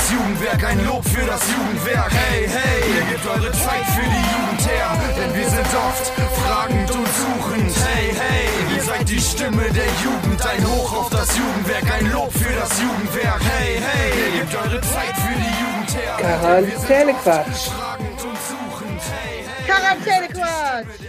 Jugendwerk, ein Lob für das Jugendwerk. Hey, hey, ihr gebt eure Zeit für die Jugend her, denn wir sind oft fragend und suchend. Hey, hey, ihr seid die Stimme der Jugend, ein Hoch auf das Jugendwerk, ein Lob für das Jugendwerk. Hey, hey, ihr gebt eure Zeit für die Jugend her. Quarantänequatsch. Quarantänequatsch.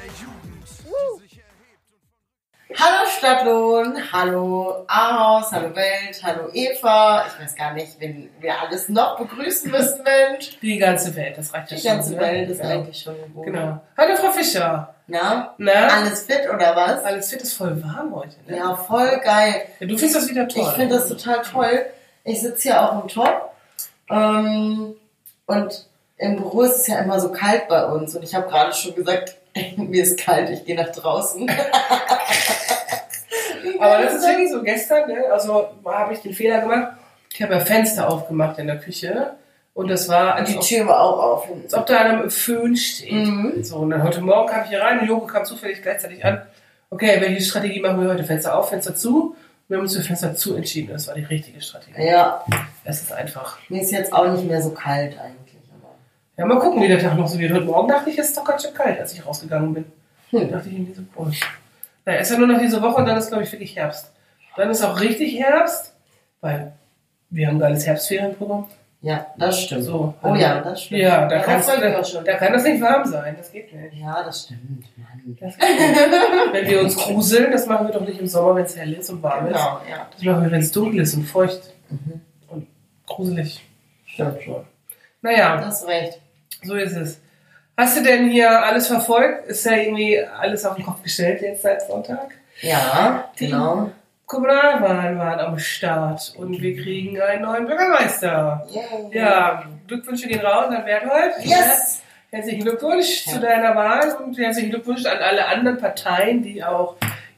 Hallo Stadtlohn, hallo Ahaus, hallo Welt, hallo Eva. Ich weiß gar nicht, wen wir alles noch begrüßen müssen, Mensch. Die ganze Welt, das reicht ja schon. Die ganze Welt ist eigentlich schon gut. Genau. Hallo Frau Fischer. Na? Na? Alles fit oder was? Alles fit, ist voll warm heute, ne? Ja, voll geil. Ja, du findest das wieder toll. Ich finde das total toll. Ich sitze hier auch im Top. Und im Büro ist es ja immer so kalt bei uns. Und ich habe gerade schon gesagt, mir ist kalt, ich gehe nach draußen. Aber das ist wirklich so gestern, ne? Also habe ich den Fehler gemacht. Ich habe ja Fenster aufgemacht in der Küche. Und das war... Die Tür war auch auf. Als ob da einer mit dem Föhn steht. Mhm. So, und dann heute Morgen kam ich hier rein und Joko kam zufällig gleichzeitig an. Okay, welche Strategie machen wir heute? Fenster auf, Fenster zu? Wir haben uns für Fenster zu entschieden. Das war die richtige Strategie. Ja. Es ist einfach... Mir ist jetzt auch nicht mehr so kalt eigentlich. Ja, mal gucken, wie der Tag noch so wird. Heute Morgen dachte ich, es ist doch ganz schön kalt, als ich rausgegangen bin. Dachte ich irgendwie so, boah. Naja, ist ja nur noch diese Woche und dann ist, glaube ich, wirklich Herbst. Dann ist auch richtig Herbst, weil wir haben ein geiles Herbstferienprogramm. Ja, das stimmt. So, oh ja, das stimmt. Ja, da kann das nicht warm sein. Das geht nicht. Ja, das stimmt. Mann. Das geht nicht. Wenn wir uns gruseln, das machen wir doch nicht im Sommer, wenn es hell ist und warm ist. Genau, ja. Das machen wir, wenn es dunkel ist und feucht. Und gruselig. Stimmt schon. Naja. Du hast recht. So ist es. Hast du denn hier alles verfolgt? Ist ja irgendwie alles auf den Kopf gestellt jetzt seit Sonntag? Ja, genau. Kommunalwahlen waren am Start und wir kriegen einen neuen Bürgermeister. Ja, Glückwünsche gehen raus an Berthold. Yes! Herzlichen Glückwunsch zu deiner Wahl und herzlichen Glückwunsch an alle anderen Parteien, die auch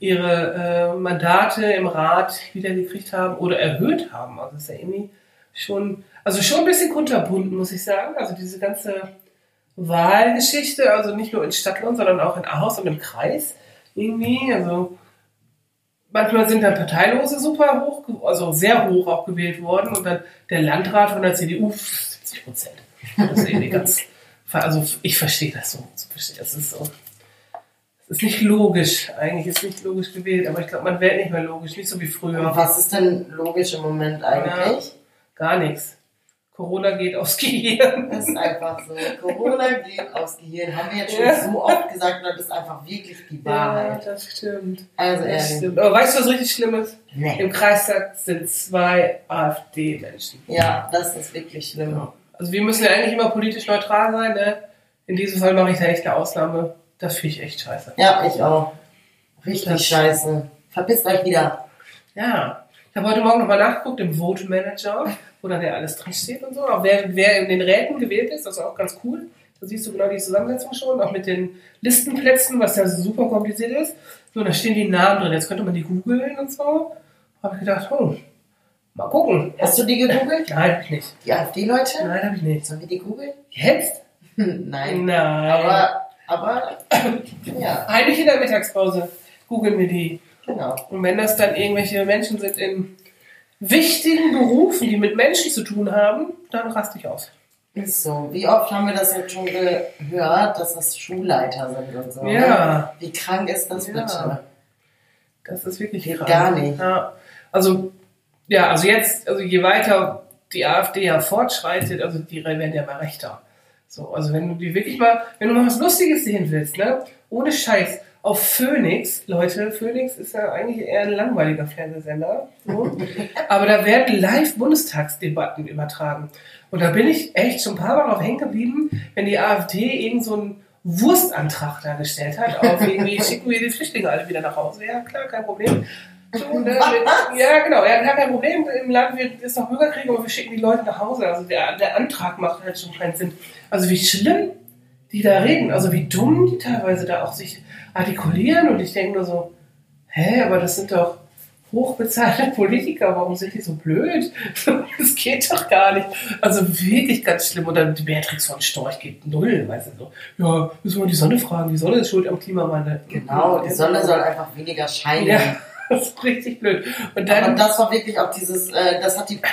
ihre Mandate im Rat wiedergekriegt haben oder erhöht haben. Also das ist ja irgendwie schon ein bisschen kunterbunt, muss ich sagen. Also diese ganze Wahlgeschichte, also nicht nur in Stadtlohn, sondern auch in Ahaus und im Kreis irgendwie. Also manchmal sind dann Parteilose super hoch, also sehr hoch auch gewählt worden und dann der Landrat von der CDU 70%. Das ist irgendwie ganz, also ich verstehe das so. Das ist so. Es ist nicht logisch, eigentlich ist nicht logisch gewählt, aber ich glaube, man wählt nicht mehr logisch, nicht so wie früher. Und was ist denn logisch im Moment eigentlich? Ja, gar nichts. Corona geht aufs Gehirn. Das ist einfach so. Corona geht aufs Gehirn. Haben wir jetzt schon so oft gesagt, und das ist einfach wirklich die Wahrheit. Ja, das stimmt. Also das ehrlich. stimmt. Aber weißt du, was richtig schlimm ist? Nee. Im Kreistag sind 2 AfD-Menschen. Ja, das ist wirklich schlimm. Ja. Also wir müssen ja eigentlich immer politisch neutral sein, ne? In diesem Fall mache ich da echt eine Ausnahme. Das finde ich echt scheiße. Ja, ich auch. Richtig scheiße. Verpisst euch wieder. Ja. Ich habe heute Morgen nochmal nachgeguckt im Vote Manager, wo dann ja alles drinsteht und so. Auch wer in den Räten gewählt ist, das ist auch ganz cool. Da siehst du genau die Zusammensetzung schon, auch mit den Listenplätzen, was ja super kompliziert ist. So, da stehen die Namen drin. Jetzt könnte man die googeln und so. Habe ich gedacht, mal gucken. Hast du die gegoogelt? Nein, habe ich nicht. Die AfD-Leute? Nein, habe ich nicht. Sollen wir die googeln? Jetzt? Nein. Aber, ja. Heimlich in der Mittagspause googeln wir die. Genau. Und wenn das dann irgendwelche Menschen sind in wichtigen Berufen, die mit Menschen zu tun haben, dann raste ich aus. Ist so. Wie oft haben wir das jetzt schon gehört, dass das Schulleiter sind und so? Ja. Ne? Wie krank ist das bitte? Das ist wirklich Geht krank. Gar nicht. Ja. Also je weiter die AfD ja fortschreitet, also die werden ja mal rechter. So, also wenn du mal was Lustiges sehen willst, ne? Ohne Scheiß, auf Phoenix, Leute, Phoenix ist ja eigentlich eher ein langweiliger Fernsehsender, so. Aber da werden live Bundestagsdebatten übertragen. Und da bin ich echt schon ein paar Mal drauf hängen geblieben, wenn die AfD irgend so einen Wurstantrag da gestellt hat, auf irgendwie schicken wir die Flüchtlinge alle wieder nach Hause. Ja, klar, kein Problem. So, ne, ja, genau, ja, kein Problem. Im Land ist noch Bürgerkrieg, aber wir schicken die Leute nach Hause. Also der Antrag macht halt schon keinen Sinn. Also wie schlimm die da reden, also wie dumm die teilweise da auch sich artikulieren und ich denke nur so, aber das sind doch hochbezahlte Politiker, warum sind die so blöd? Das geht doch gar nicht. Also wirklich ganz schlimm. Und dann die Beatrix von Storch geht null, weißt du so. Ja, müssen wir die Sonne fragen, die Sonne ist schuld am Klimawandel. Genau, die Sonne soll einfach weniger scheinen. Ja, das ist richtig blöd. Und dann, aber das war wirklich auch dieses, das hat die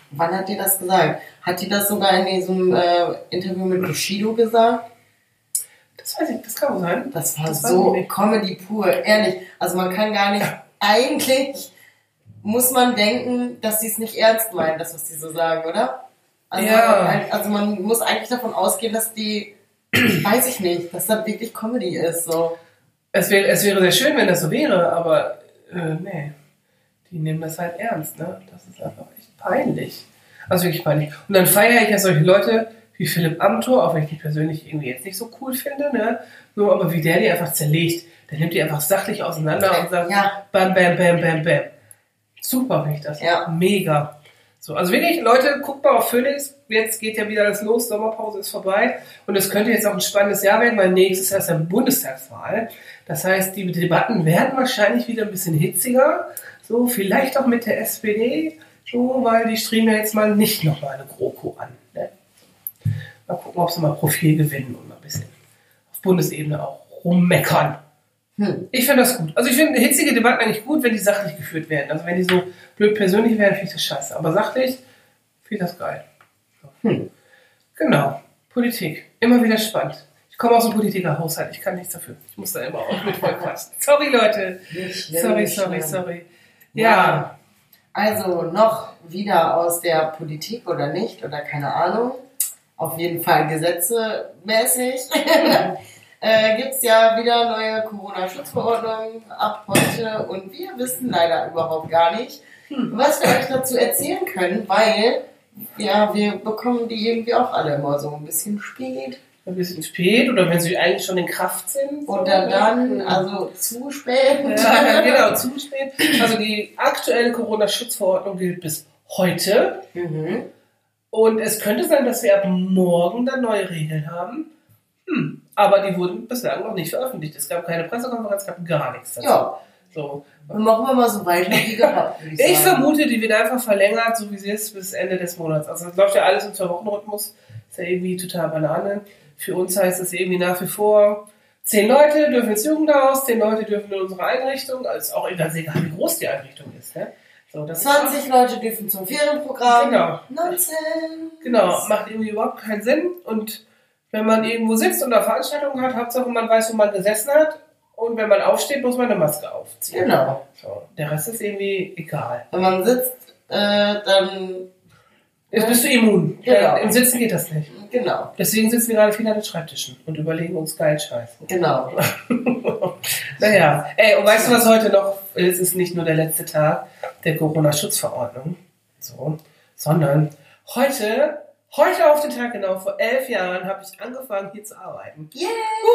Wann hat die das gesagt? Hat die das sogar in diesem Interview mit Bushido gesagt? Das weiß ich, das kann wohl sein. Das war Das so weiß ich nicht. Comedy pur, ehrlich. Also man kann gar nicht, eigentlich muss man denken, dass sie es nicht ernst meinen, das, was die so sagen, oder? Also, Ja. also man muss eigentlich davon ausgehen, dass die, weiß ich nicht, dass das wirklich Comedy ist. So. Es wäre sehr schön, wenn das so wäre, aber nee. Die nehmen das halt ernst, ne? Das ist einfach echt peinlich. Also wirklich peinlich. Und dann feiere ich ja solche Leute wie Philipp Amthor, auch wenn ich die persönlich irgendwie jetzt nicht so cool finde, ne? So, aber wie der die einfach zerlegt. Der nimmt die einfach sachlich auseinander und sagt, Ja. bam, bam, bam, bam, bam. Super finde ich das. Ja. Mega. So, also wirklich, Leute, guckt mal auf Phoenix. Jetzt geht ja wieder alles los. Sommerpause ist vorbei. Und es könnte jetzt auch ein spannendes Jahr werden, weil nächstes Jahr ist ja Bundestagswahl. Das heißt, die Debatten werden wahrscheinlich wieder ein bisschen hitziger. So, vielleicht auch mit der SPD. So, weil die streben ja jetzt mal nicht nochmal eine GroKo an. Ne? Mal gucken, ob sie mal Profil gewinnen und mal ein bisschen auf Bundesebene auch rummeckern. Ich finde das gut. Also ich finde hitzige Debatten eigentlich gut, wenn die sachlich geführt werden. Also wenn die so blöd persönlich werden, finde ich das scheiße. Aber sachlich finde ich das geil. So. Genau. Politik. Immer wieder spannend. Ich komme aus dem Politikerhaushalt. Ich kann nichts dafür. Ich muss da immer auch mit vollquatschen. Sorry, Leute. Sorry. Ja. Also noch wieder aus der Politik oder nicht, oder keine Ahnung. Auf jeden Fall gesetzemäßig. Gibt es ja wieder neue Corona-Schutzverordnungen ab heute und wir wissen leider überhaupt gar nicht, was wir euch dazu erzählen können, weil ja, wir bekommen die irgendwie auch alle immer so ein bisschen spät. Ein bisschen spät oder wenn sie eigentlich schon in Kraft sind. Oder dann, also zu spät. Ja, genau, zu spät. Also die aktuelle Corona-Schutzverordnung gilt bis heute. Und es könnte sein, dass wir ab morgen dann neue Regeln haben. Aber die wurden bislang noch nicht veröffentlicht. Es gab keine Pressekonferenz, es gab gar nichts dazu. Ja. So. Dann machen wir mal so weiter wie gehabt, würde Ich sagen. vermute, die wird einfach verlängert, so wie sie ist, bis Ende des Monats. Also es läuft ja alles im 2-Wochen-Rhythmus. Ist ja irgendwie total Banane. Für uns heißt es irgendwie nach wie vor, 10 Leute dürfen ins Jugendhaus, 10 Leute dürfen in unsere Einrichtung. Also ist auch egal, wie groß die Einrichtung ist. Ne? So, das 20 Leute dürfen zum Ferienprogramm. Genau. 19. Genau, macht irgendwie überhaupt keinen Sinn. Und wenn man irgendwo sitzt und eine Veranstaltung hat, Hauptsache man weiß, wo man gesessen hat. Und wenn man aufsteht, muss man eine Maske aufziehen. Genau. So, der Rest ist irgendwie egal. Wenn man sitzt, dann... Jetzt bist du immun. Genau. Im Sitzen geht das nicht. Genau. Deswegen sitzen wir gerade viel an den Schreibtischen und überlegen uns geil Scheiß. Genau. Naja, ey, und weißt du, was heute noch ist? Es ist nicht nur der letzte Tag der Corona-Schutzverordnung, so, sondern heute auf den Tag genau, vor 11 Jahren habe ich angefangen, hier zu arbeiten. Yeah.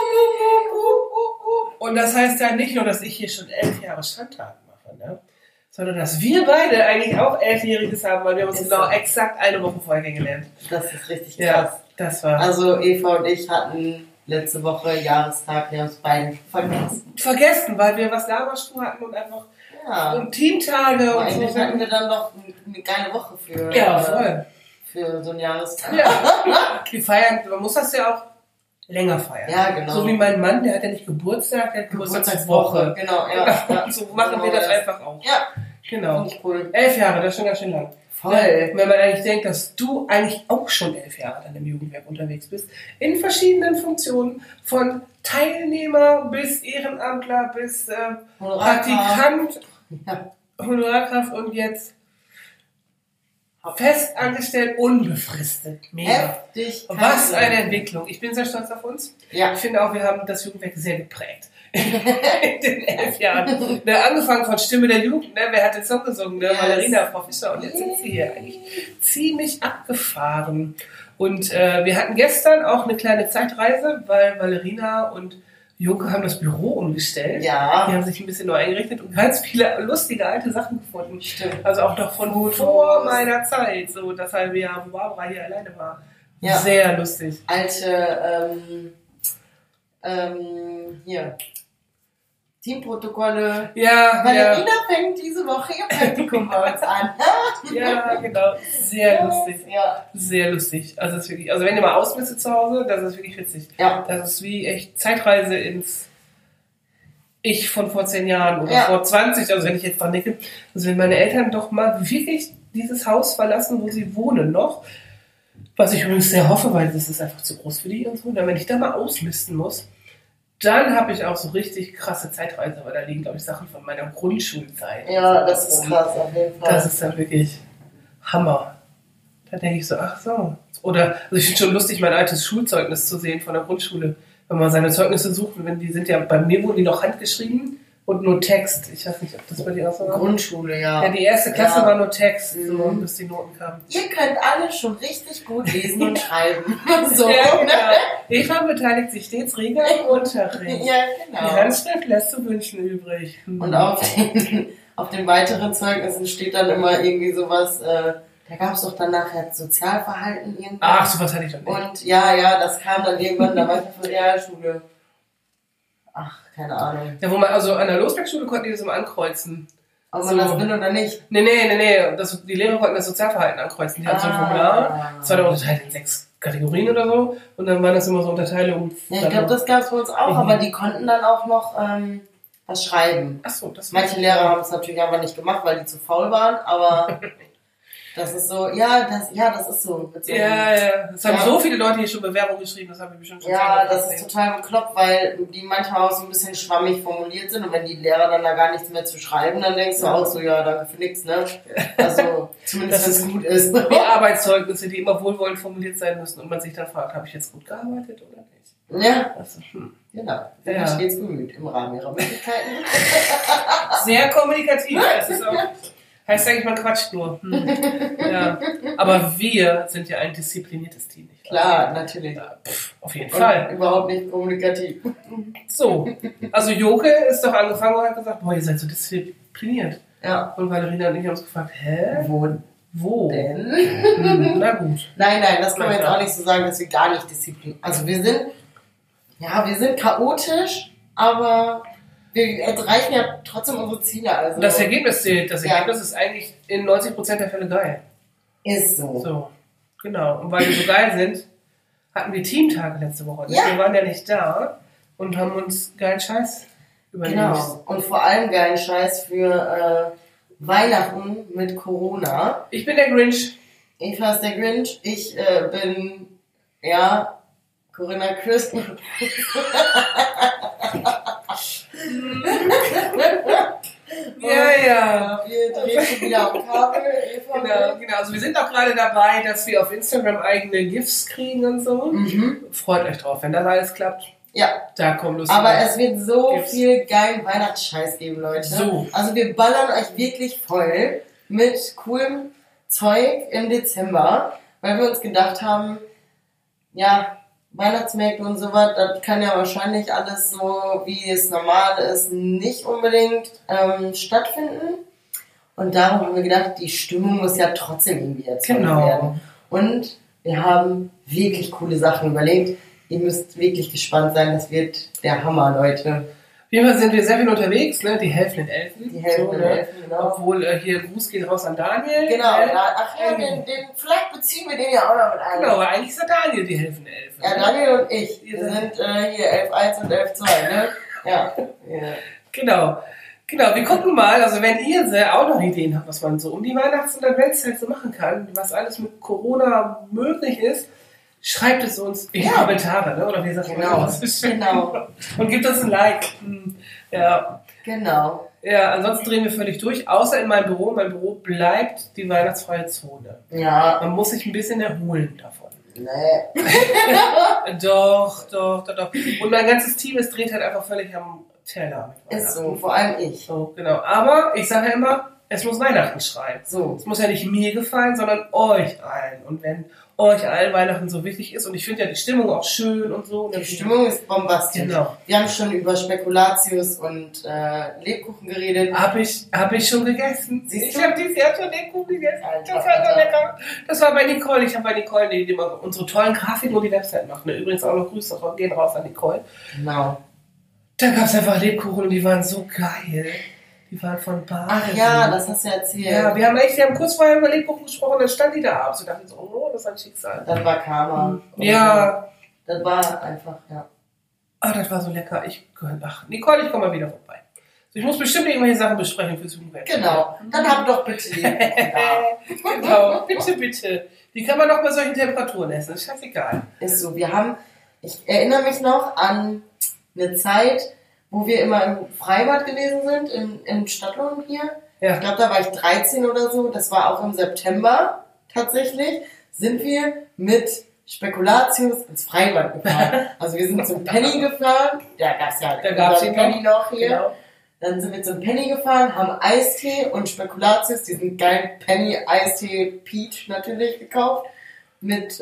Und das heißt ja nicht nur, dass ich hier schon 11 Jahre Schandtaten mache, ne? Sondern dass wir beide eigentlich auch 11-Jähriges haben, weil wir uns Ist genau so. exakt eine Woche vorher kennengelernt. Das ist richtig Ja, krass. das war Also Eva und ich hatten letzte Woche Jahrestag, wir haben es beide vergessen, weil wir was Laberstuhl hatten und einfach Ja. und Teamtage Aber und eigentlich so. hatten wir dann doch eine geile Woche für, Ja, voll. für so ein Jahrestag. Ja. Die feiern, man muss das ja auch länger feiern. Ja, genau. So wie mein Mann, der hat ja nicht Geburtstag, der hat Geburtstagswoche. Genau, ja. So machen wir das einfach auch. Ja, Genau. finde ich cool. 11 Jahre, das ist schon ganz schön lang. Voll. Ne? Wenn man eigentlich denkt, dass du eigentlich auch schon 11 Jahre dann im Jugendwerk unterwegs bist, in verschiedenen Funktionen, von Teilnehmer bis Ehrenamtler bis Honorarkraft. Praktikant, Ja. Honorarkraft und jetzt fest angestellt, unbefristet. Mega. Heftig. Was eine Entwicklung. Ich bin sehr stolz auf uns. Ja. Ich finde auch, wir haben das Jugendwerk sehr geprägt. In den 11 Jahren. Ne, angefangen von Stimme der Jugend, ne? Wer hat den Song gesungen? Ne? Yes. Valerina, Frau Fischer. Und jetzt sind sie hier eigentlich ziemlich abgefahren. Und wir hatten gestern auch eine kleine Zeitreise, weil Valerina und Junke haben das Büro umgestellt. Ja. Die haben sich ein bisschen neu eingerichtet und ganz viele lustige alte Sachen gefunden. Stimmt. Also auch noch von vor meiner Zeit. So das halbe Jahr, wo Barbara hier alleine war. Ja. Sehr lustig. Alte, hier. Teamprotokolle. Ja, Valerina fängt diese Woche ihr Praktikum bei uns an. ja, genau. Sehr lustig. Ja. Sehr lustig. Also, es ist wirklich, also wenn ihr mal ausmistet zu Hause, das ist wirklich witzig. Ja. Das ist wie echt Zeitreise ins Ich von vor 10 Jahren oder Ja. vor 20. Also wenn ich jetzt dran denke, also wenn meine Eltern doch mal wirklich dieses Haus verlassen, wo sie wohnen noch. Was ich übrigens sehr hoffe, weil das ist einfach zu groß für die und so. Und wenn ich da mal ausmisten muss, dann habe ich auch so richtig krasse Zeitreise, weil da liegen, glaube ich, Sachen von meiner Grundschulzeit. Ja, das ist krass, auf jeden Fall. Das ist dann wirklich Hammer. Da denke ich so, ach so. Oder, also ich finde schon lustig, mein altes Schulzeugnis zu sehen von der Grundschule. Wenn man seine Zeugnisse sucht, wenn die sind ja bei mir wurden die noch handgeschrieben und nur Text. Ich weiß nicht, ob das bei dir auch so war. Grundschule, ja. Ja, die erste Klasse war nur Text, so, bis die Noten kamen. Ihr könnt alle schon richtig gut lesen und schreiben. So. Ja, genau. Eva beteiligt sich stets rege am Unterricht. Ja, Die genau. Handschrift lässt zu wünschen übrig. Und auf den weiteren Zeugnissen steht dann immer irgendwie sowas, da gab es doch dann nachher Sozialverhalten irgendwann. Ach, sowas hatte ich doch nicht. Und ja, das kam dann irgendwann, da war ich von der Realschule. Ach, keine Ahnung. Ja, wo man, also an der Losbergschule konnten die das immer ankreuzen. Ob man das will oder nicht. Nee. Die Lehrer konnten das Sozialverhalten ankreuzen. Die hatten so ein Formular. Das war dann unterteilt in 6 Kategorien oder so. Und dann waren das immer so Unterteilungen. Ja, ich glaube, das gab es bei uns auch, aber die konnten dann auch noch was schreiben. Ach so, das Manche Lehrer haben es natürlich einfach nicht gemacht, weil die zu faul waren, aber das ist so, das ist so. Ja. Das haben so viele Leute hier schon Bewerbungen geschrieben, das haben wir bestimmt schon Ja, das ist total bekloppt, weil die manchmal auch so ein bisschen schwammig formuliert sind und wenn die Lehrer dann da gar nichts mehr zu schreiben, dann denkst du auch so, ja, danke für nichts, ne? Also, zumindest wenn es gut ist. Die Arbeitszeugnisse, die immer wohlwollend formuliert sein müssen und man sich dann fragt, habe ich jetzt gut gearbeitet oder nicht? Ja, Also, genau. Sind ja stets bemüht im Rahmen ihrer Möglichkeiten. Sehr kommunikativ. Das ist auch, heißt eigentlich, man quatscht nur. Ja. Aber wir sind ja ein diszipliniertes Team. Nicht wahr? Klar, natürlich. Ja, auf jeden Fall. Und überhaupt nicht kommunikativ. So, also Joke ist doch angefangen und hat gesagt, boah, ihr seid so diszipliniert. Ja. Und Valerina und ich haben uns gefragt, hä? Wo? Denn? Na gut. Nein, das kann man jetzt auch nicht so sagen, dass wir gar nicht diszipliniert. Also wir sind chaotisch, aber wir erreichen ja trotzdem unsere Ziele. Also Das Ergebnis zählt. Das Ergebnis ist eigentlich in 90% der Fälle geil. ist so. So, genau. Und weil wir so geil sind, hatten wir Teamtage letzte Woche. Ja. Wir waren ja nicht da und haben uns geilen Scheiß überlegt. Genau. Und vor allem geilen Scheiß für Weihnachten mit Corona. Ich bin der Grinch. Eva ist der Grinch. Ich bin, Corinna Kirsten. Ja. Wir drehen schon wieder am Kabel. Eva. Genau. Also wir sind auch gerade dabei, dass wir auf Instagram eigene GIFs kriegen und so. Freut euch drauf, wenn das alles klappt. Ja. Da kommen lustige. Aber es wird so GIFs. viel geilen Weihnachtsscheiß geben, Leute. So. Also wir ballern euch wirklich voll mit coolem Zeug im Dezember, weil wir uns gedacht haben, ja, Weihnachtsmärkte und sowas, das kann ja wahrscheinlich alles so, wie es normal ist, nicht unbedingt stattfinden. Und darum haben wir gedacht, die Stimmung muss ja trotzdem irgendwie erzeugt werden. Und wir haben wirklich coole Sachen überlegt. Ihr müsst wirklich gespannt sein, das wird der Hammer, Leute. Auf jeden Fall sind wir sehr viel unterwegs, ne? Die helfenden Elfen. Die helfenden Elfen, genau. Obwohl hier Gruß geht raus an Daniel. Genau, Ne? vielleicht beziehen wir den ja auch noch mit ein. Genau, aber eigentlich ist ja Daniel die helfende Elfe. Ja, Daniel und ich. Wir sind hier 11.1 und 11.2, ne? Ja. Genau, wir gucken mal, also wenn ihr auch noch Ideen habt, was man so um die Weihnachts- und Adventszeit so machen kann, was alles mit Corona möglich ist, schreibt es uns in die Kommentare, ne? Oder wie sagt man das? Genau. Und gebt uns ein Like. Ja. Genau. Ja, ansonsten drehen wir völlig durch, außer in meinem Büro. Mein Büro bleibt die weihnachtsfreie Zone. Ja. Man muss sich ein bisschen erholen davon. Nee. Doch. Und mein ganzes Team ist dreht halt einfach völlig am Teller. Ist so, vor allem ich. So, genau. Aber ich sage ja immer, es muss Weihnachten schreien. So. Es muss ja nicht mir gefallen, sondern euch allen. Und wenn euch allen Weihnachten so wichtig ist, und ich finde ja die Stimmung auch schön und so. Die Stimmung ist bombastisch. Genau. Wir haben schon über Spekulatius und Lebkuchen geredet. Hab ich schon gegessen. Siehst du? Ich habe dieses Jahr schon Lebkuchen gegessen. Alter, Das war so Alter. lecker. Das war bei Nicole. Ich habe bei Nicole, die immer unsere tollen Grafiken und die Website macht. Ne? Übrigens auch noch Grüße gehen raus an Nicole. Genau. Da gab es einfach Lebkuchen und die waren so geil. Die waren von Baden. Ach ja, das hast du erzählt. Ja, wir haben kurz vorher über Lebkuchen gesprochen, dann stand die da abends und dachte so, oh, das ist ein Schicksal. Das war Karma. Ja. Das war einfach, ja. Ah, das war so lecker. Nicole, ich komme mal wieder vorbei. Ich muss bestimmt irgendwelche Sachen besprechen fürs Jugendwerk. Genau. Dann habt doch bitte Lebkuchen da. Genau, bitte. Die kann man doch bei solchen Temperaturen essen, ist scheißegal. Ist so, ich erinnere mich noch an eine Zeit, wo wir immer im Freibad gewesen sind, im Stadtlohn hier. Ja. Ich glaube, da war ich 13 oder so. Das war auch im September tatsächlich. Sind wir mit Spekulatius ins Freibad gefahren. Also wir sind zum Penny gefahren. Da gab's den Penny noch hier. Genau. Dann sind wir zum Penny gefahren, haben Eistee und Spekulatius, diesen geilen Penny Eistee Peach natürlich gekauft. Mit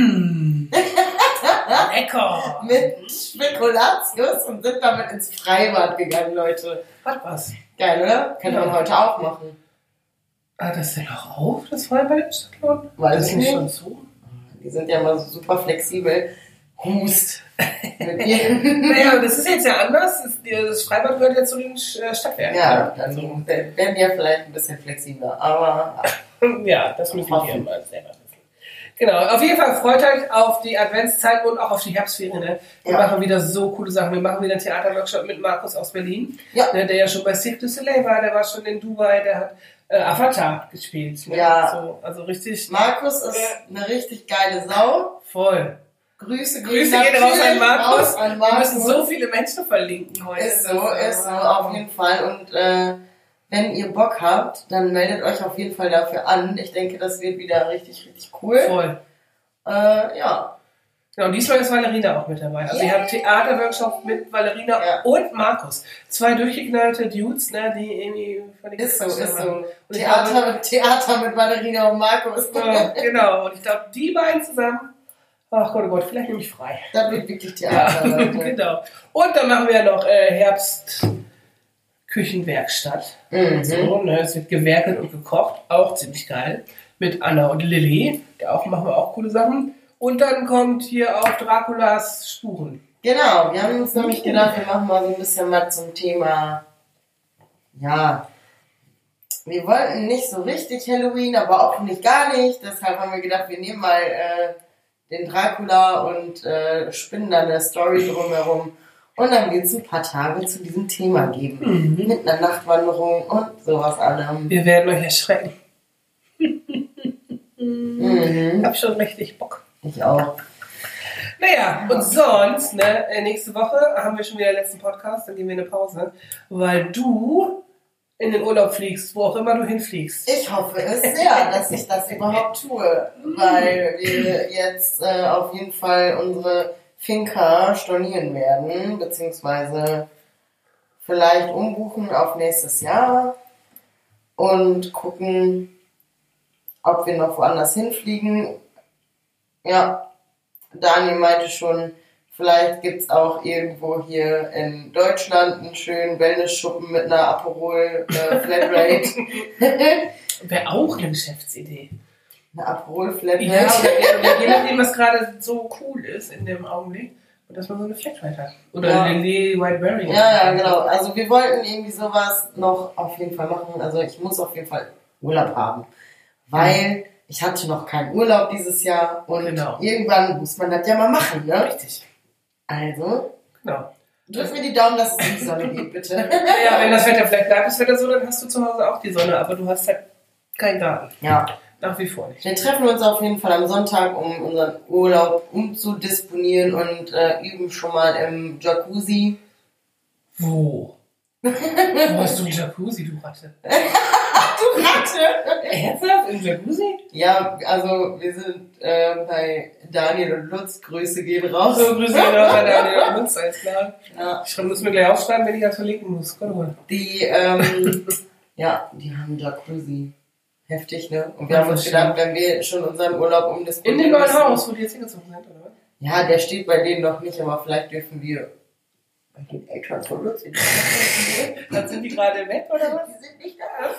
lecker! Mit Spekulatius und sind damit ins Freibad gegangen, Leute. Was? Geil, oder? Könnte man heute auch machen. Ah, das ist ja noch auf, das Freibad im Stadtlohn? Weiß ich nicht. Schon so? Die sind ja mal so super flexibel. Hust. Naja, das ist jetzt ja anders. Das Freibad gehört ja zu den Stadtwerken. Ja, dann werden die ja vielleicht ein bisschen flexibler. Aber ja, das müssen wir mal selber wissen. Genau, auf jeden Fall freut euch auf die Adventszeit und auch auf die Herbstferien. Ne? Wir machen wieder so coole Sachen. Wir machen wieder einen Theaterworkshop mit Markus aus Berlin, ne, der ja schon bei Cirque du Soleil war, der war schon in Dubai, der hat Avatar gespielt. Ne? Ja. So, also richtig. Markus ist eine richtig geile Sau. Voll. Grüße gehen raus an Markus. Wir müssen so viele Menschen verlinken heute. Ist so, auf jeden Fall. Und wenn ihr Bock habt, dann meldet euch auf jeden Fall dafür an. Ich denke, das wird wieder richtig, richtig cool. Voll. Ja. Genau, diesmal ist Valerina auch mit dabei. Also ihr habt Theaterworkshop mit Valerina und Markus. 2 durchgeknallte Dudes, ne, die irgendwie völlig ist so. Und Theater mit Valerina und Markus. Genau, und ich glaube, die beiden zusammen, ach Gott, vielleicht nehme ich frei. Das wird wirklich Theater. Ja, genau. Und dann machen wir ja noch Herbstküchenwerkstatt. So, ne, es wird gewerkelt und gekocht, auch ziemlich geil. Mit Anna und Lilly, machen wir auch coole Sachen. Und dann kommt hier auch Draculas Spuren. Genau, wir haben uns nämlich gedacht, wir machen mal so ein bisschen was zum Thema, ja, wir wollten nicht so richtig Halloween, aber auch nicht gar nicht. Deshalb haben wir gedacht, wir nehmen mal den Dracula und spinnen dann eine Story drumherum. Und dann wird es ein paar Tage zu diesem Thema geben. Mit einer Nachtwanderung und sowas allem. Wir werden euch erschrecken. Ich hab schon richtig Bock. Ich auch. Naja, und sonst, ne, nächste Woche haben wir schon wieder den letzten Podcast, dann gehen wir eine Pause, weil du in den Urlaub fliegst, wo auch immer du hinfliegst. Ich hoffe es sehr, dass ich das überhaupt tue, weil wir jetzt auf jeden Fall unsere Finca stornieren werden, beziehungsweise vielleicht umbuchen auf nächstes Jahr und gucken, ob wir noch woanders hinfliegen. Ja, Daniel meinte schon, vielleicht gibt es auch irgendwo hier in Deutschland einen schönen Wellness-Schuppen mit einer Aperol Flatrate. Wäre auch eine Geschäftsidee. Eine Aperol Flatrate? Ja, oder je nachdem, was gerade so cool ist in dem Augenblick. Und dass man so eine Flatrate hat. Oder eine Whiteberry. Ja, genau. Also wir wollten irgendwie sowas noch auf jeden Fall machen. Also ich muss auf jeden Fall Urlaub haben. Weil ich hatte noch keinen Urlaub dieses Jahr und irgendwann muss man das ja mal machen, ne? Richtig. Also, genau. Drück mir die Daumen, dass es in die Sonne geht, bitte. Ja, wenn das Wetter vielleicht bleibt, das Wetter so, dann hast du zu Hause auch die Sonne, aber du hast halt keinen Garten. Ja. Nach wie vor nicht. Wir treffen uns auf jeden Fall am Sonntag, um unseren Urlaub umzudisponieren und üben schon mal im Jacuzzi. Wo? Wo hast du einen Jacuzzi, du Ratte? Du Ratte! Ernsthaft? Im Jacuzzi? Ja, also wir sind bei Daniel und Lutz. Grüße gehen raus. So, Grüße gehen raus bei Daniel und Lutz, alles klar. Ja. Ich muss mir gleich aufschreiben, wenn ich das verlinken muss. Die, ja, die haben Jacuzzi. Heftig, ne? Und wir haben uns gedacht, wenn wir schon unseren Urlaub umdisponieren. In dem neuen Haus, wo die jetzt hingezogen sind, oder was? Ja, der steht bei denen noch nicht, aber vielleicht dürfen wir bei den Eltern von Lutz in Dann sind die gerade weg, oder was? Die sind nicht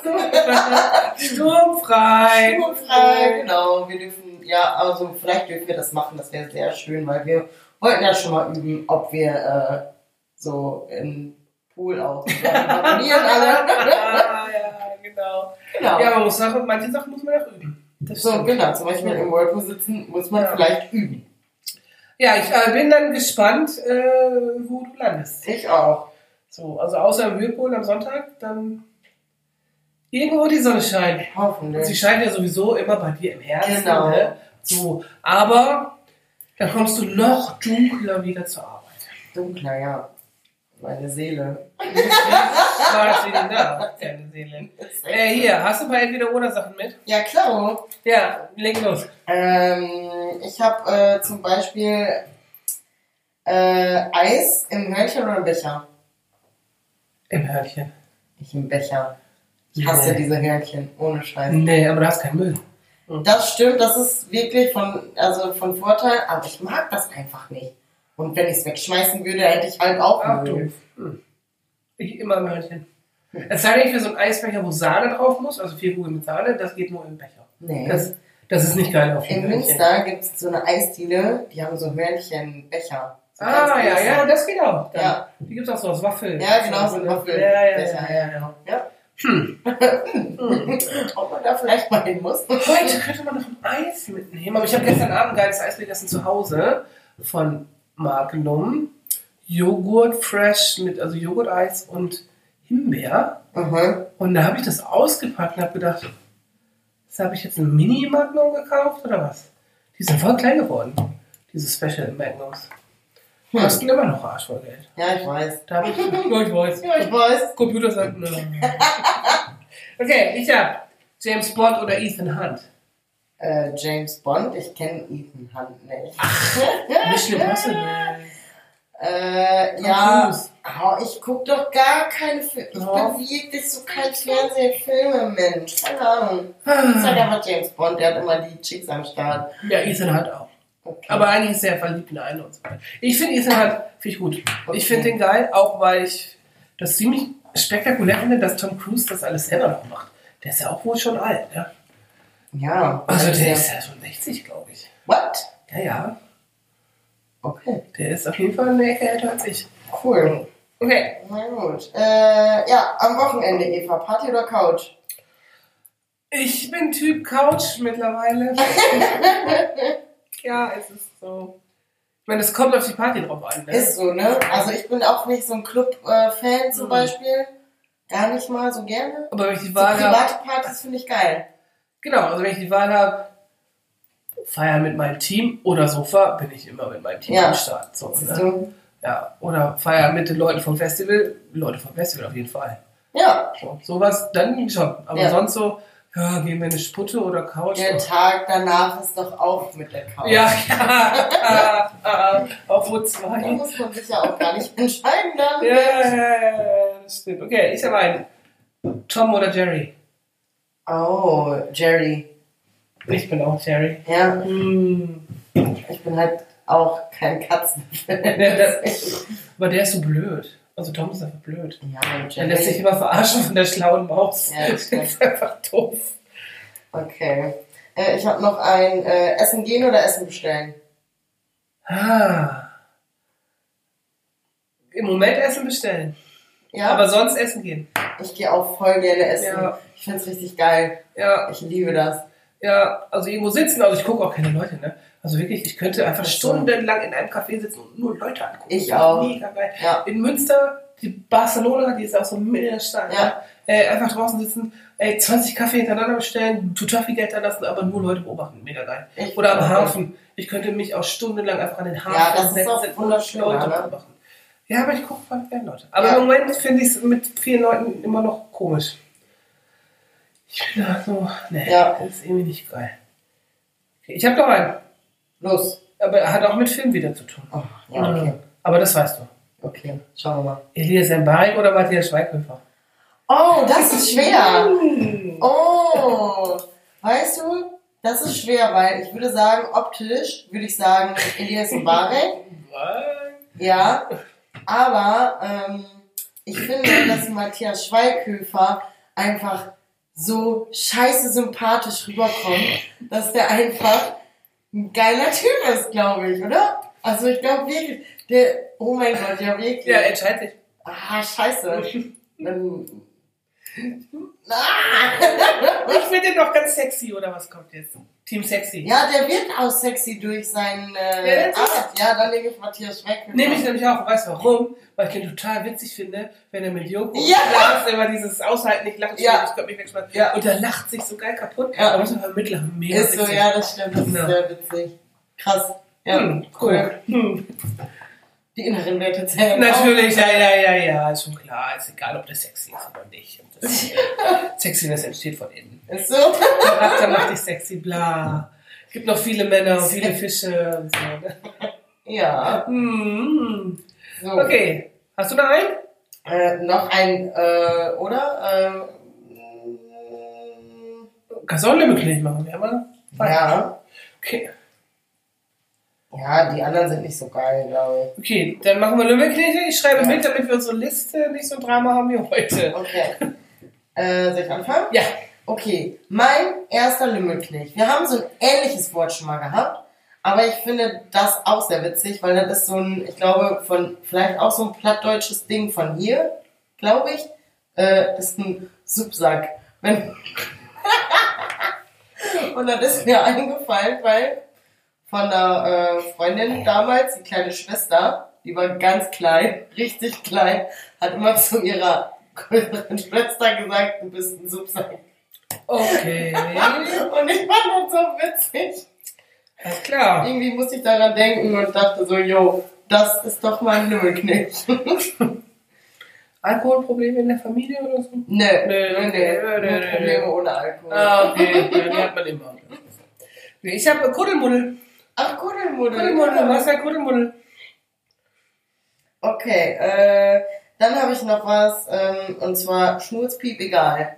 da. Sturmfrei. Sturmfrei, genau. Wir dürfen, ja, also vielleicht dürfen wir das machen, das wäre sehr schön, weil wir wollten ja schon mal üben, ob wir so im Pool auch harmonieren alle. Ja, genau. Ja, man muss sagen, manche Sachen muss man auch üben. So, genau, zum Beispiel im Whirlpool sitzen muss man vielleicht üben. Ja, ich bin dann gespannt, wo du landest. Ich auch. So, also außer im Whirlpool am Sonntag, dann irgendwo die Sonne scheint. Hoffentlich. Und sie scheint ja sowieso immer bei dir im Herzen. Genau. Ne? So, aber dann kommst du noch dunkler wieder zur Arbeit. Dunkler, ja. Meine Seele. Schwarz wie die Nacht, deine Seele. Hier, hast du ein paar Entweder-Oder-Sachen mit? Ja, klar. Ja, leg los. Ich habe zum Beispiel Eis im Hörnchen oder im Becher? Im Hörnchen. Ich im Becher. Ich hasse diese Hörnchen, ohne Scheiß. Nee, aber du hast keinen Müll. Das stimmt, das ist wirklich von Vorteil, aber ich mag das einfach nicht. Und wenn ich es wegschmeißen würde, hätte ich halt auch Ach Müll. du. Ich immer im Hörnchen. Es sei denn, für so einen Eisbecher, wo Sahne drauf muss, also 4 Kugeln mit Sahne, das geht nur im Becher. Nee. Das ist nicht geil auf dem In Hörnchen. Münster gibt es so eine Eisdiele, die haben so Hörnchenbecher. So Ah, ganz große. ja, das geht auch. Dann. Ja. Die gibt es auch so aus Waffel. Ja, genau, so ein Waffel. Ja. Ja. Ob man da vielleicht mal hin muss. Heute könnte man noch ein Eis mitnehmen. Aber ich habe gestern Abend ein geiles Eis gegessen zu Hause von Magnum. Joghurt fresh also Joghurt-Eis und Himbeer. Mhm. Und da habe ich das ausgepackt und habe gedacht, habe ich jetzt ein Mini-Magnum gekauft oder was? Die sind voll klein geworden, diese Special Magnums. Kosten immer noch Arsch voll Geld. Ja, ich weiß. Da habe ich, ich weiß. Ja, ich weiß. Computer sagt, ne. Okay, ich hab James Bond oder Ethan Hunt. James Bond, ich kenne Ethan Hunt nicht. Mission Impossible. Ja, Cruise. ich guck doch gar keine Filme. Ich bin wirklich so kein Fernsehfilme-Mensch. Keine Ahnung. Das ist halt einfach James Bond, der hat immer die Chicks am Start. Ja, Ethan Hunt auch. Okay. Aber eigentlich ist er verliebt in eine und so weiter. Ich finde Ethan Hunt finde ich gut. Okay. Ich finde den geil, auch weil ich das ziemlich spektakulär finde, dass Tom Cruise das alles selber noch macht. Der ist ja auch wohl schon alt, ne? Ja. Also der ist ja schon 60, glaube ich. What? Ja. Okay, Der ist auf jeden Fall eine Ecke älter als ich. cool. Okay. Na gut. Ja, am Wochenende, Eva. Party oder Couch? Ich bin Typ Couch mittlerweile. Ja, es ist so. Ich meine, es kommt auf die Party drauf an. Ne? Ist so, ne? Also ich bin auch nicht so ein Club-Fan zum Beispiel. Gar nicht mal so gerne. Aber wenn ich die So Wahl habe. private Partys finde ich geil. Genau, also wenn ich die Wahl habe, feiern mit meinem Team oder Sofa, bin ich immer mit meinem Team Ja. am Start. So, Siehst ne? du? Ja, oder feiern mit den Leuten vom Festival. Leute vom Festival auf jeden Fall. Ja. So, sowas dann schon. Aber Ja. sonst so, ja, gehen wir eine Sputte oder Couch. Der Tag danach ist doch auch mit der Couch. Ja, auch wo Da zwei. muss man sich ja auch gar nicht entscheiden dann. Ja, das stimmt. Okay, ich habe einen. Tom oder Jerry? Oh, Jerry. Ich bin auch Jerry. Ja, Hm. ich bin halt auch kein Katzenfan. Aber der ist so blöd. Also Tom ist einfach blöd. Ja, Er lässt sich Jerry. immer verarschen von der schlauen Maus. Ja, das Das stimmt. ist einfach doof. Okay. Ich habe noch ein Essen gehen oder Essen bestellen. Im Moment Essen bestellen. Ja, Aber sonst essen gehen. ich gehe auch voll gerne essen. Ja. Ich find's richtig geil. Ja, Ich liebe das. ja, also irgendwo sitzen, also ich gucke auch keine Leute, ne? Also wirklich, ich könnte einfach Ach so. stundenlang in einem Café sitzen und nur Leute angucken. Ich Das ist auch. Mega geil. Ja. In Münster, die Barcelona, die ist auch so mitten in der Stadt. Ja. Ne? Einfach draußen sitzen, 20 Kaffee hintereinander bestellen, total viel Geld da lassen, aber nur Leute beobachten. Mega geil. Ich- Oder am okay. Hafen. Ich könnte mich auch stundenlang einfach an den Hafen Ja, das ist setzen auch und wunderschön, Leute ne? beobachten. Ja, aber ich gucke voll gerne Leute. Aber Ja. im Moment finde ich es mit vielen Leuten immer noch komisch. Ich bin da so, ne, Ja. das ist irgendwie nicht geil. Okay, ich habe noch einen, Los. aber er hat auch mit Film wieder zu tun. Oh, ja, okay. Aber das weißt du. Okay, schauen wir mal. Elias Mbarek oder Matthias Schweighöfer? Oh, das ist schwer. Oh, weißt du, das ist schwer, weil ich würde sagen, optisch würde ich sagen, Elias Mbarek. Ja, aber ich finde, dass Matthias Schweighöfer einfach so scheiße sympathisch rüberkommt, dass der einfach ein geiler Typ ist, glaube ich, oder? Also ich glaube wirklich, oh mein Gott, ja wirklich. Ja, entscheid dich. Ah, scheiße. Dann Ich finde den doch ganz sexy, oder was kommt jetzt? Team Sexy. Ja, der wird auch sexy durch seine Art. Ja, dann nehme ich Matthias Schreck. Nehme ich nämlich auch. Weißt du warum? Weil ich ihn total witzig finde, wenn er mit Joko Ja. immer dieses Aushalten nicht lachen. Ja. Ich glaube, mich wegschmeißt. Ja. Und er lacht sich so geil kaputt. Ja. Da muss man mitlachen. Mega Ist so, witzig. ja, das stimmt. Das ist Ja. sehr witzig. Krass. Ja, Cool. Hm. Die inneren Werte zählen. Natürlich, ja, ist schon klar. Ist egal, ob das sexy ist oder nicht. Sexiness entsteht von innen. Ist so? Der Charakter macht dich sexy, bla. Es gibt noch viele Männer und viele Fische und so. Ne? Ja. So. Okay, hast du noch einen? Noch ein, oder? Kannst du auch Limit machen, ja, mal? Ja. Okay. Ja, die anderen sind nicht so geil, glaube Okay, dann machen wir Lümmelknechte. Ich schreibe mit, damit wir unsere Liste nicht so ein Drama haben wie heute. ich. Okay. Soll ich anfangen? Ja. Okay, mein erster Lümmelknecht. Wir haben so ein ähnliches Wort schon mal gehabt, aber ich finde das auch sehr witzig, weil das ist so ein, ich glaube, vielleicht auch so ein plattdeutsches Ding von hier, glaube ich. Das ist ein Subsack. Und dann ist mir eingefallen, weil von einer Freundin damals, die kleine Schwester, die war ganz klein, richtig klein, hat immer zu ihrer größeren Schwester gesagt, du bist ein Subsack. Okay. Und ich fand das so witzig. Alles klar. Irgendwie musste ich daran denken und dachte so, jo, das ist doch mal ein Lümmelknecht. Alkoholprobleme in der Familie oder so? Nö, Nö. Probleme ohne Alkohol. Ah, okay. Ja, die hat man immer. Okay, ich habe Kuddelmuddel. Ach, Kuddelmuddel. Kuddelmuddel, was ist ein Kuddelmuddel? Okay, dann habe ich noch was, und zwar Schnurzpiep egal.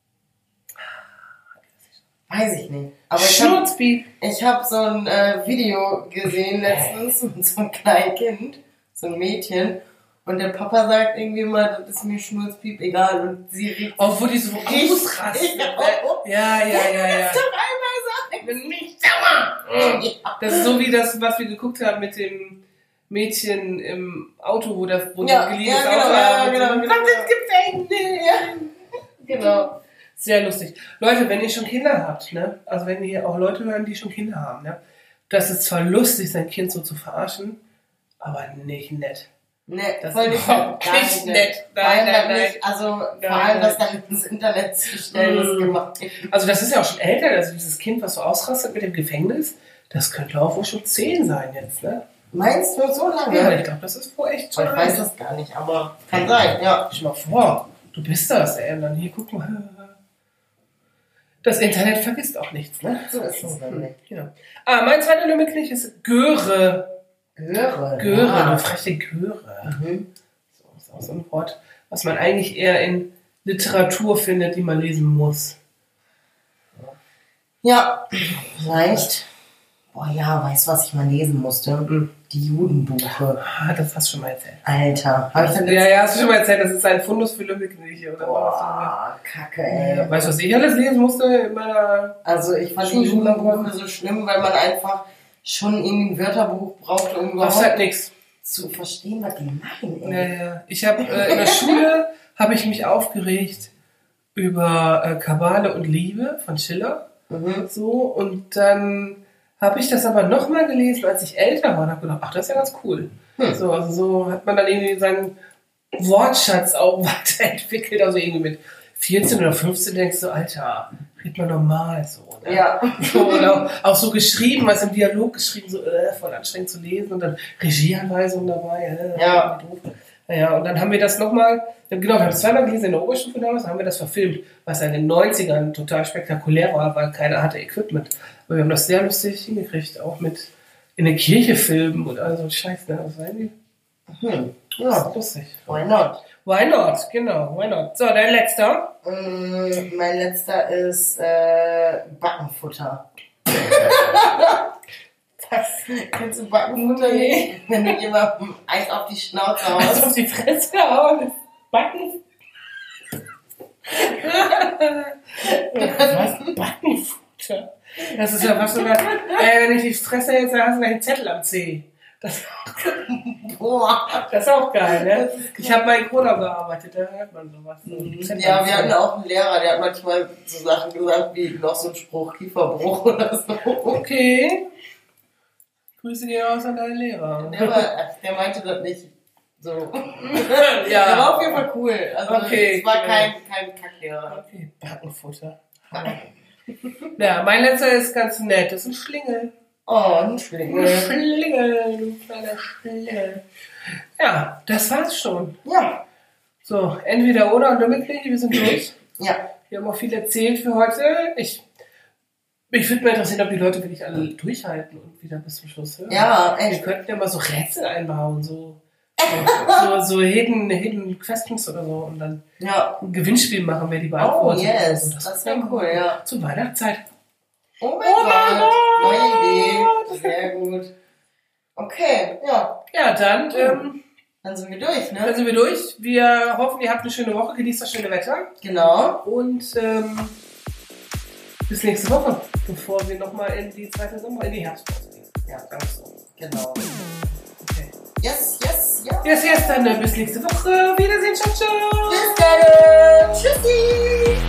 Weiß ich nicht. Aber Schnurzpiep. ich hab so ein Video gesehen letztens mit so einem kleinen Kind, so ein Mädchen, und der Papa sagt irgendwie mal, das ist mir Schnurzpiep egal, und sie regt Oh, wo die so ausrasten. Ja. das doch einmal sagen. Bin nicht sauer. Das ist so wie das, was wir geguckt haben mit dem Mädchen im Auto, wo Ja, ein ja, geliebtes genau, Auto ja, haben. genau, Und so, genau. Was ist Gefängnis? Genau. Sehr lustig. Leute, wenn ihr schon Kinder habt, ne? Also wenn ihr auch Leute hören, die schon Kinder haben, ne? Das ist zwar lustig, sein Kind so zu verarschen, aber nicht nett. Ne, Das voll ist nicht überhaupt gar nicht nett. nett. Vor allem Nein, halt nein. nicht, also vor Nein, allem das nein. dann ins Internet zu stellen, ist gemacht. Also das ist ja auch schon älter, also dieses Kind, was so ausrastet mit dem Gefängnis, das könnte auch wohl schon 10 sein jetzt, ne? Meinst du so lange? Ja, ich glaube, das ist wohl echt Ich schon weiß das gar nicht, aber kann sein, ja. Stell mal vor, du bist das, ey, und dann hier, guck mal. Das Internet vergisst auch nichts, ne? So ist es nämlich. Genau. Mein zweiter Lümmelknecht ist Göre. Göre. Göre, Ja. eine freche Göre. Mhm. So, ist auch so ein Wort, was man eigentlich eher in Literatur findet, die man lesen muss. Ja, vielleicht. Boah, ja, weißt du, was ich mal lesen musste? Die Judenbuche. Das hast du schon mal erzählt. Alter. Hab ich dann Ja, hast du schon mal erzählt, das ist ein Fundus für Lümmelknechte. Oder was? Boah, Kacke, ey. Weißt du, was ich alles lesen musste in meiner... Also ich fand die Judenbuche so schlimm, weil man einfach schon irgendwie ein Wörterbuch brauchte, um Brauchst halt überhaupt nichts. zu verstehen, was die meinen, ey. Ja. Ich habe in der Schule habe ich mich aufgeregt über Kabale und Liebe von Schiller. So, und dann habe ich das aber nochmal gelesen, als ich älter war und habe gedacht, ach, das ist ja ganz cool. So, also so hat man dann irgendwie seinen Wortschatz auch weiterentwickelt. Also irgendwie mit 14 oder 15 denkst du, Alter, red mal normal so. Ne? Ja. So, und auch so geschrieben, also im Dialog geschrieben, so voll anstrengend zu lesen und dann Regieanweisungen dabei. Ja. Doof. Naja, und dann haben wir das nochmal, genau, wir haben es zweimal gelesen in der Oberstufe damals, dann haben wir das verfilmt, was in den 90ern total spektakulär war, weil keiner hatte Equipment. Aber wir haben das sehr lustig hingekriegt, auch mit in der Kirche filmen und all so Scheiß, ne? Das war irgendwie Ja, lustig. why not? Why not? Genau, why not? So, dein letzter. Mein letzter ist Backenfutter. Kennst du Backenfutter nicht? Wenn du jemandem Eis auf die Schnauze Was haust. auf die Fresse hauen, ist Backen. Was? Backenfutter? Das ist ja was sogar, wenn ich die Fresse jetzt, dann hast du gleich einen Zettel am C. Boah. Das ist auch geil, ne? Ich habe mal in Kronau gearbeitet, da hört man sowas. Ja, wir hatten auch einen Lehrer, der hat manchmal so Sachen gesagt wie noch so ein Spruch, Kieferbruch oder so. Okay. Grüße gehen raus an deinen Lehrer. Der meinte das nicht so. Ja. Der war auf jeden Fall cool. Also Okay, es war cool. kein Kacklehrer. Okay, Backenfutter. Ja, mein letzter ist ganz nett. Das ist ein Schlingel. Oh, ein Schlingel. Ein Schlingel, du kleiner Schlingel. Ja, das war's schon. Ja. So, entweder oder und Mitglieder, wir sind durch. Ja. Wir haben auch viel erzählt für heute. Mich würde mal interessieren, ob die Leute wirklich alle durchhalten und wieder bis zum Schluss hören. Ja, Wir echt. könnten ja mal so Rätsel einbauen, so Hidden Questions oder so und dann Ja. ein Gewinnspiel machen, wer die Oh, beantwortet. yes. Also, Das wäre cool, ja. Zur Weihnachtszeit. Oh mein Gott. Neue Idee. Sehr gut. Okay, ja. Ja, dann Dann sind wir durch, dann ne? sind wir durch. Wir hoffen, ihr habt eine schöne Woche, genießt das schöne Wetter Genau. und bis nächste Woche, bevor wir nochmal in die zweite Sommer, in die Herbstpause gehen. Ja, Ganz so. genau. Okay. Yes, ja. Yes, dann bis nächste Woche. Wiedersehen, ciao, ciao. Bis dann. Tschüssi.